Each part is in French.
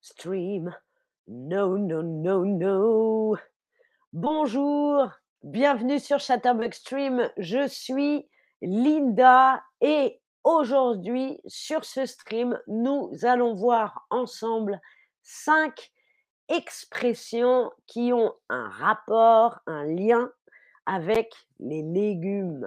Stream. No, no, no, no. Bonjour, bienvenue sur Chatterbox Stream. Je suis Linda et aujourd'hui, sur ce stream, nous allons voir ensemble 5 expressions qui ont un rapport, un lien avec les légumes.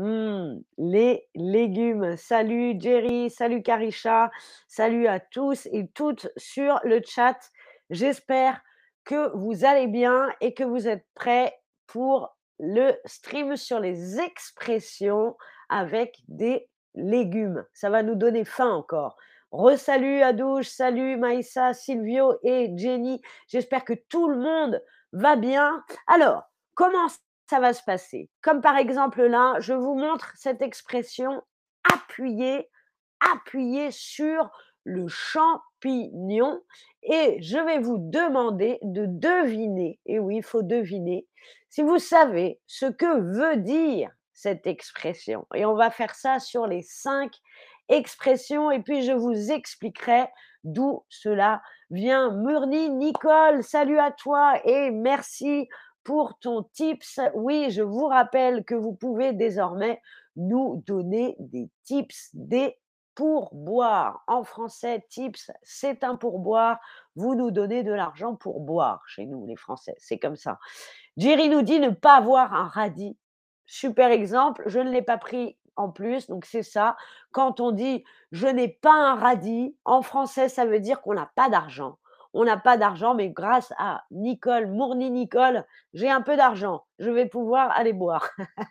Les légumes. Salut Jerry, salut Karisha, salut à tous et toutes sur le chat. J'espère que vous allez bien et que vous êtes prêts pour le stream sur les expressions avec des légumes. Ça va nous donner faim encore. Resalut Adouche, salut Maïssa, Silvio et Jenny. J'espère que tout le monde va bien. Alors, comment ça va se passer? Comme par exemple là, je vous montre cette expression appuyer, appuyer sur le champignon et je vais vous demander de deviner, et oui, il faut deviner, si vous savez ce que veut dire cette expression. Et on va faire ça sur les 5 expressions et puis je vous expliquerai d'où cela vient. Murni, Nicole, salut à toi et merci pour ton tips. Oui, je vous rappelle que vous pouvez désormais nous donner des tips, des pourboires. En français, tips, c'est un pourboire. Vous nous donnez de l'argent pour boire chez nous, les Français. C'est comme ça. Jerry nous dit ne pas avoir un radis. Super exemple. Je ne l'ai pas pris en plus, donc c'est ça. Quand on dit je n'ai pas un radis, en français, ça veut dire qu'on n'a pas d'argent. On n'a pas d'argent, mais grâce à Nicole, Mourni Nicole, j'ai un peu d'argent. Je vais pouvoir aller boire.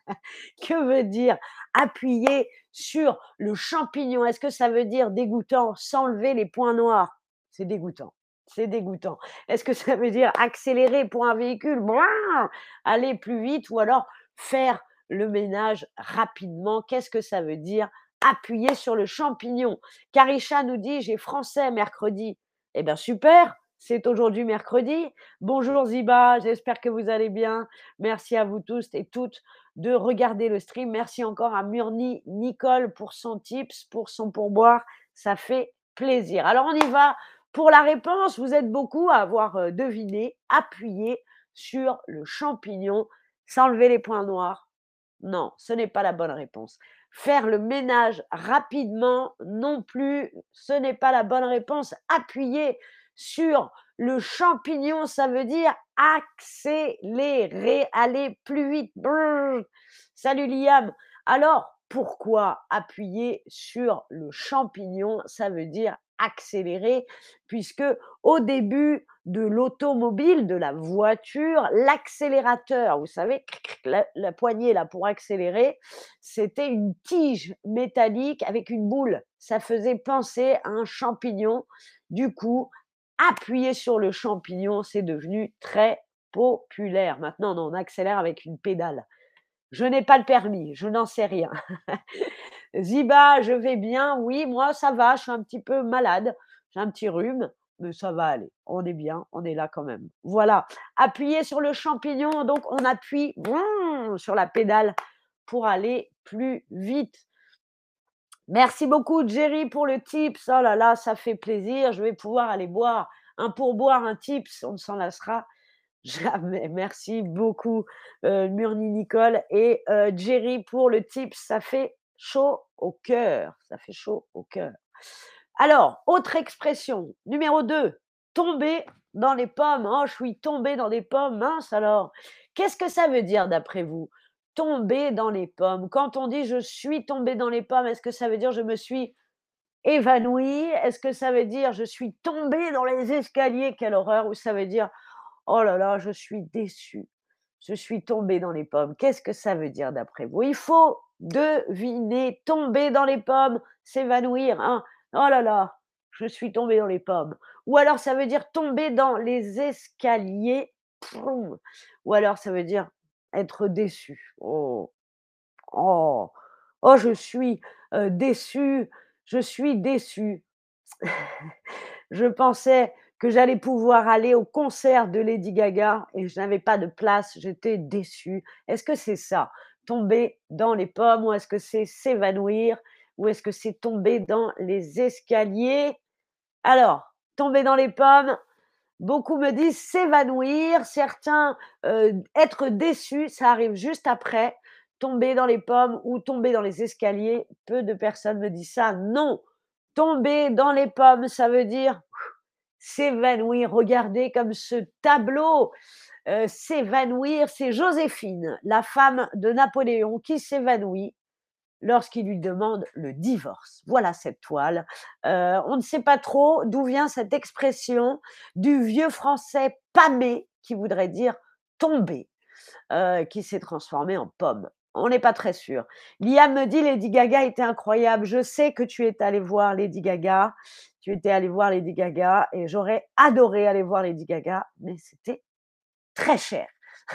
Que veut dire appuyer sur le champignon? Est-ce que ça veut dire dégoûtant, s'enlever les points noirs? C'est dégoûtant. C'est dégoûtant. Est-ce que ça veut dire accélérer pour un véhicule? Bouin aller plus vite ou alors faire le ménage rapidement? Qu'est-ce que ça veut dire appuyer sur le champignon? Karisha nous dit j'ai français mercredi. Eh bien super, c'est aujourd'hui mercredi. Bonjour Ziba, j'espère que vous allez bien. Merci à vous tous et toutes de regarder le stream. Merci encore à Murni Nicole pour son tips, pour son pourboire. Ça fait plaisir. Alors, on y va pour la réponse. Vous êtes beaucoup à avoir deviné, appuyé sur le champignon, s'enlever les points noirs. Non, ce n'est pas la bonne réponse. Faire le ménage rapidement non plus, ce n'est pas la bonne réponse. Appuyer sur le champignon, ça veut dire accélérer, aller plus vite. Brrr. Salut Liam. Alors, pourquoi appuyer sur le champignon? Ça veut dire accélérer, puisque au début de l'automobile, de la voiture, l'accélérateur, vous savez, la poignée là pour accélérer, c'était une tige métallique avec une boule. Ça faisait penser à un champignon. Du coup, appuyer sur le champignon, c'est devenu très populaire. Maintenant, on accélère avec une pédale. Je n'ai pas le permis, je n'en sais rien. Ziba, je vais bien. Oui, moi, ça va. Je suis un petit peu malade. J'ai un petit rhume, mais ça va aller. On est bien, on est là quand même. Voilà. Appuyer sur le champignon. Donc, on appuie sur la pédale pour aller plus vite. Merci beaucoup, Jerry, pour le tips. Oh là là, ça fait plaisir. Je vais pouvoir aller boire un pourboire, un tips. On ne s'en lassera jamais. Merci beaucoup, Murni Nicole et Jerry pour le tips. Ça fait chaud au cœur. Ça fait chaud au cœur. Alors, autre expression, numéro 2, tomber dans les pommes. Oh, je suis tombée dans les pommes, mince alors. Qu'est-ce que ça veut dire d'après vous? Tomber dans les pommes. Quand on dit je suis tombée dans les pommes, est-ce que ça veut dire je me suis évanouie? Est-ce que ça veut dire je suis tombée dans les escaliers? Quelle horreur! Ou ça veut dire oh là là, je suis déçue. Je suis tombée dans les pommes. Qu'est-ce que ça veut dire d'après vous? Il faut deviner. Tomber dans les pommes, s'évanouir, hein. Oh là là, je suis tombée dans les pommes. Ou alors ça veut dire tomber dans les escaliers. Ploum. Ou alors ça veut dire être déçu. Oh, oh, oh, je suis déçue. Je suis déçue. Je pensais que j'allais pouvoir aller au concert de Lady Gaga et je n'avais pas de place, j'étais déçue. Est-ce que c'est ça, tomber dans les pommes ou est-ce que c'est s'évanouir ou est-ce que c'est tomber dans les escaliers? Alors, Tomber dans les pommes, beaucoup me disent s'évanouir, certains, être déçus, ça arrive juste après. Tomber dans les pommes ou tomber dans les escaliers, peu de personnes me disent ça. Non! Tomber dans les pommes, ça veut dire s'évanouir. Regardez comme ce tableau, s'évanouir, c'est Joséphine, la femme de Napoléon qui s'évanouit lorsqu'il lui demande le divorce. Voilà cette toile. On ne sait pas trop d'où vient cette expression du vieux français pâmé qui voudrait dire tomber, qui s'est transformé en pomme. On n'est pas très sûr. Liam me dit Lady Gaga était incroyable. Je sais que tu es allé voir Lady Gaga. Tu étais allé voir Lady Gaga et j'aurais adoré aller voir Lady Gaga, mais c'était très cher.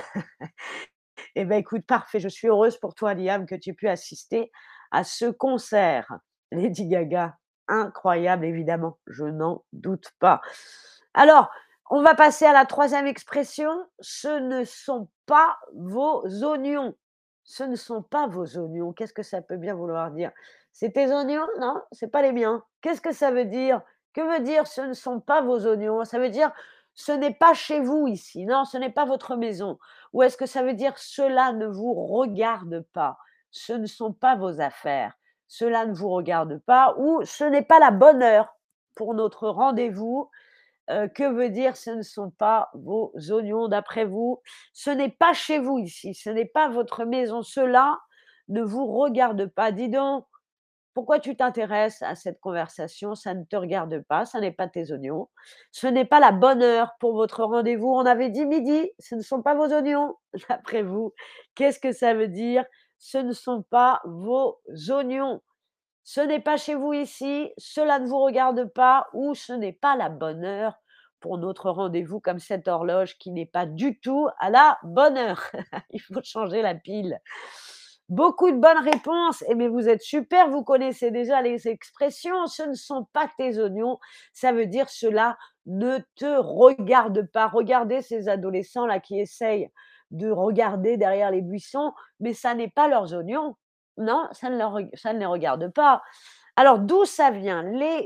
Eh bien, écoute, parfait. Je suis heureuse pour toi, Liam, que tu aies pu assister à ce concert. Lady Gaga, incroyable, évidemment, je n'en doute pas. Alors, on va passer à la troisième expression. Ce ne sont pas vos oignons. Ce ne sont pas vos oignons. Qu'est-ce que ça peut bien vouloir dire? C'est tes oignons? Non, c'est pas les miens. Qu'est-ce que ça veut dire? Que veut dire ce ne sont pas vos oignons? Ça veut dire ce n'est pas chez vous ici. Non, ce n'est pas votre maison. Ou est-ce que ça veut dire cela ne vous regarde pas? Ce ne sont pas vos affaires. Cela ne vous regarde pas ou ce n'est pas la bonne heure pour notre rendez-vous. Que veut dire ce ne sont pas vos oignons d'après vous? Ce n'est pas chez vous ici, ce n'est pas votre maison. Cela ne vous regarde pas. Dis donc, pourquoi tu t'intéresses à cette conversation? Ça ne te regarde pas, ça n'est pas tes oignons. Ce n'est pas la bonne heure pour votre rendez-vous. On avait dit midi, ce ne sont pas vos oignons, d'après vous. Qu'est-ce que ça veut dire? Ce ne sont pas vos oignons. Ce n'est pas chez vous ici, cela ne vous regarde pas ou ce n'est pas la bonne heure pour notre rendez-vous, comme cette horloge qui n'est pas du tout à la bonne heure. Il faut changer la pile. Beaucoup de bonnes réponses. Eh bien, vous êtes super, vous connaissez déjà les expressions. Ce ne sont pas tes oignons. Ça veut dire cela ne te regarde pas. Regardez ces adolescents-là qui essayent de regarder derrière les buissons, mais ça n'est pas leurs oignons. Non, ça ne les regarde pas. Alors, d'où ça vient?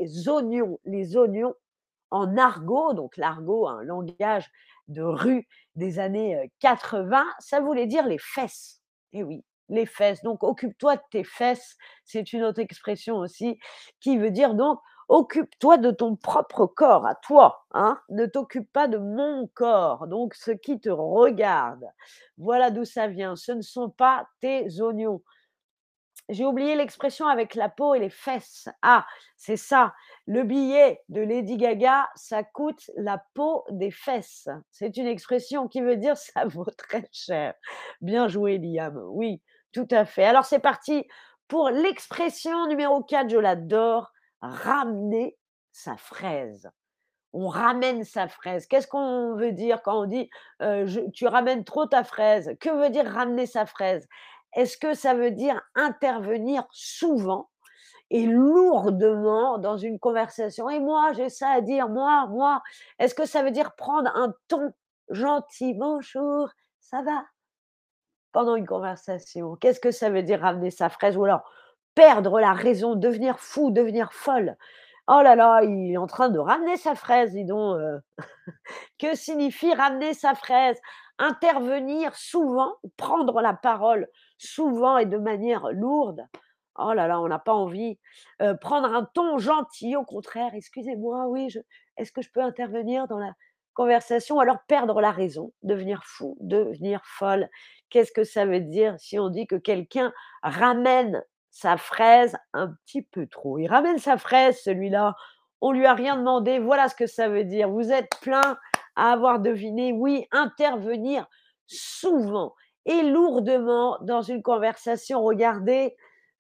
Les oignons en argot, donc l'argot, un langage de rue des années 80, ça voulait dire les fesses. Eh oui, les fesses. Donc, occupe-toi de tes fesses, c'est une autre expression aussi qui veut dire donc occupe-toi de ton propre corps à toi, hein. Ne t'occupe pas de mon corps, donc ce qui te regarde. Voilà d'où ça vient. Ce ne sont pas tes oignons. J'ai oublié l'expression avec la peau et les fesses. Ah, c'est ça. Le billet de Lady Gaga, ça coûte la peau des fesses. C'est une expression qui veut dire ça vaut très cher. Bien joué, Liam. Oui, tout à fait. Alors, c'est parti pour l'expression numéro 4. Je l'adore. Ramener sa fraise. On ramène sa fraise. Qu'est-ce qu'on veut dire quand on dit tu ramènes trop ta fraise? Que veut dire ramener sa fraise? Est-ce que ça veut dire intervenir souvent et lourdement dans une conversation? Et moi, j'ai ça à dire, moi. Est-ce que ça veut dire prendre un ton gentil? Bonjour, ça va? Pendant une conversation. Qu'est-ce que ça veut dire ramener sa fraise? Ou alors perdre la raison, devenir fou, devenir folle. Oh là là, il est en train de ramener sa fraise, dis donc. Que signifie ramener sa fraise? Intervenir souvent, prendre la parole souvent et de manière lourde. Oh là là, on n'a pas envie. Prendre un ton gentil, au contraire: «Excusez-moi, oui, je est-ce que je peux intervenir dans la conversation?» Alors perdre la raison, devenir fou, devenir folle. Qu'est-ce que ça veut dire si on dit que quelqu'un ramène sa fraise un petit peu trop? Il ramène sa fraise celui-là, on lui a rien demandé, voilà ce que ça veut dire. Vous êtes plein à avoir deviné, oui, intervenir souvent et lourdement dans une conversation. Regardez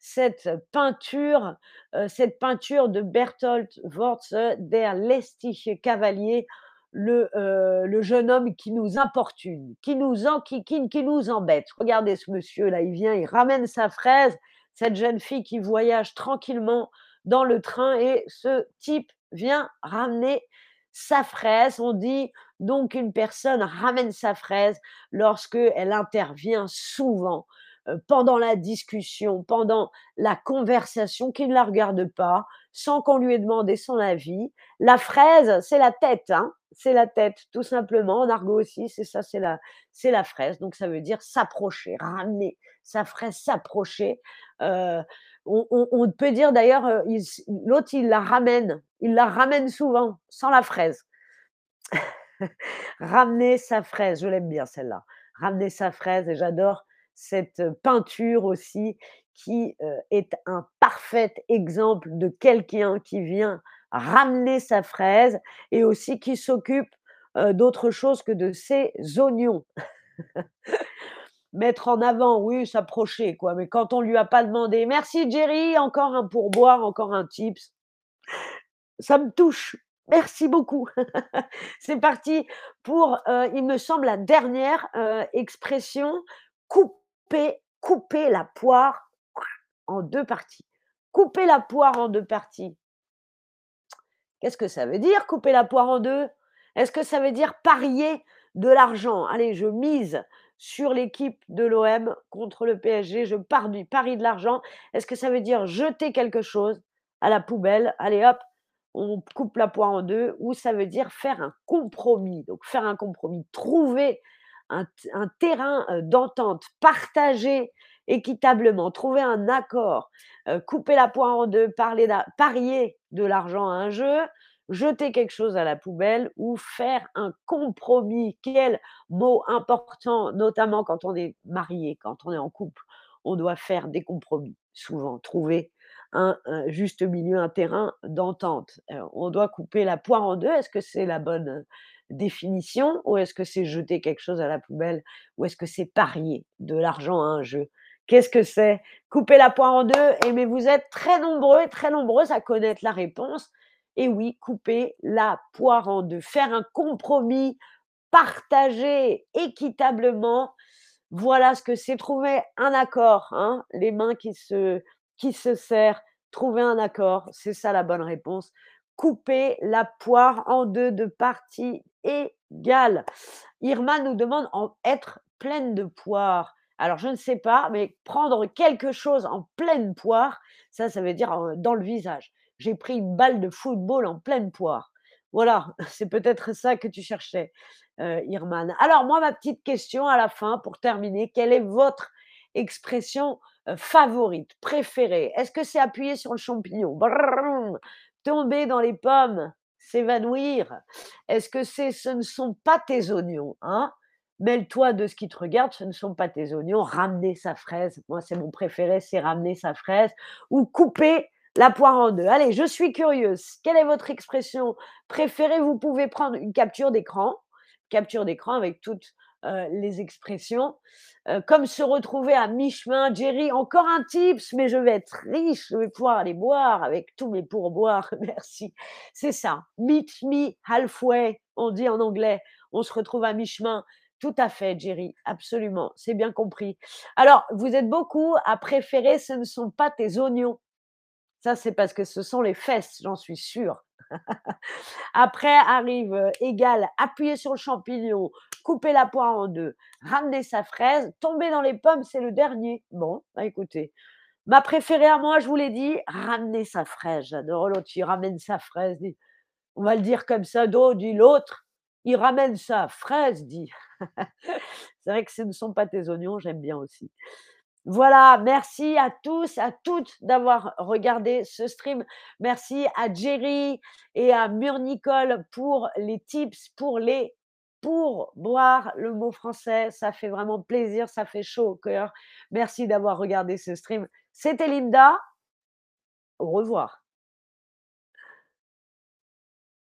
cette peinture de Bertolt Wurtz, Der lästige Cavalier, le jeune homme qui nous importune, qui nous embête. Regardez ce monsieur-là, il vient, il ramène sa fraise, cette jeune fille qui voyage tranquillement dans le train et ce type vient ramener sa fraise. On dit donc une personne ramène sa fraise lorsque elle intervient souvent pendant la discussion, pendant la conversation, qui ne la regarde pas, sans qu'on lui ait demandé son avis. La fraise, c'est la tête, hein, c'est la tête, tout simplement. En argot aussi, c'est ça, c'est la fraise. Donc ça veut dire s'approcher, ramener sa fraise, s'approcher. Heu, on peut dire d'ailleurs, l'autre, il la ramène souvent, sans la fraise. Ramener sa fraise, je l'aime bien celle-là. Ramener sa fraise et j'adore cette, peinture aussi qui, est un parfait exemple de quelqu'un qui vient ramener sa fraise et aussi qui s'occupe, d'autre chose que de ses oignons. Mettre en avant, oui, s'approcher quoi, mais quand on lui a pas demandé: «Merci Jerry, encore un pourboire, encore un tips», ça me touche. Merci beaucoup. C'est parti pour, il me semble, la dernière, expression, couper la poire en 2 parties. Couper la poire en 2 parties. Qu'est-ce que ça veut dire couper la poire en 2? Est-ce que ça veut dire parier de l'argent? Allez, je mise sur l'équipe de l'OM contre le PSG, je parie de l'argent. Est-ce que ça veut dire jeter quelque chose à la poubelle? Allez hop, on coupe la poire en 2 ou ça veut dire faire un compromis? Donc faire un compromis, trouver un terrain, d'entente, partager équitablement, trouver un accord, couper la poire en 2, parier de l'argent à un jeu, jeter quelque chose à la poubelle ou faire un compromis. Quel mot important, notamment quand on est marié, quand on est en couple. On doit faire des compromis, souvent, trouver un juste milieu, un terrain d'entente. On doit couper la poire en 2. Est-ce que c'est la bonne, définition ou est-ce que c'est jeter quelque chose à la poubelle ou est-ce que c'est parier de l'argent à un jeu? Qu'est-ce que c'est? Couper la poire en 2 et mais vous êtes très nombreux et très nombreuses à connaître la réponse. Et oui, couper la poire en 2, faire un compromis, partager équitablement. Voilà ce que c'est, trouver un accord, hein, les mains qui se serrent, trouver un accord, c'est ça la bonne réponse. Couper la poire en 2 de parties égales. Irma nous demande en être pleine de poire. Alors je ne sais pas, mais prendre quelque chose en pleine poire, ça veut dire, dans le visage. J'ai pris une balle de football en pleine poire. Voilà, c'est peut-être ça que tu cherchais, Irman. Alors moi, ma petite question à la fin pour terminer, quelle est votre expression, favorite, préférée? Est-ce que c'est appuyer sur le champignon? Brrr, tomber dans les pommes, s'évanouir? Est-ce que c'est: «Ce ne sont pas tes oignons», hein? Mêle-toi de ce qui te regarde, ce ne sont pas tes oignons. Ramener sa fraise, moi c'est mon préféré, c'est ramener sa fraise ou couper la poire en 2. Allez, je suis curieuse, quelle est votre expression préférée? Vous pouvez prendre une capture d'écran avec toutes, les expressions, comme se retrouver à mi-chemin. Jerry: «Encore un tips, mais je vais être riche, je vais pouvoir aller boire avec tous mes pourboires, merci». C'est ça, meet me halfway, on dit en anglais. On se retrouve à mi-chemin. Tout à fait, Jerry, absolument, c'est bien compris. Alors, vous êtes beaucoup à préférer «Ce ne sont pas tes oignons». Ça, c'est parce que ce sont les fesses, j'en suis sûre. Après arrive, égal, appuyer sur le champignon, couper la poire en 2, ramener sa fraise, tomber dans les pommes, c'est le dernier. Bon, bah, écoutez, ma préférée à moi, je vous l'ai dit, ramener sa fraise. J'adore l'autre, il ramène sa fraise, dit on va le dire comme ça, dit l'autre, il ramène sa fraise, dit. C'est vrai que ce ne sont pas tes oignons, j'aime bien aussi. Voilà, merci à tous, à toutes d'avoir regardé ce stream. Merci à Jerry et à Mur-Nicole pour les tips, pour boire le mot français. Ça fait vraiment plaisir, ça fait chaud au cœur. Merci d'avoir regardé ce stream. C'était Linda. Au revoir.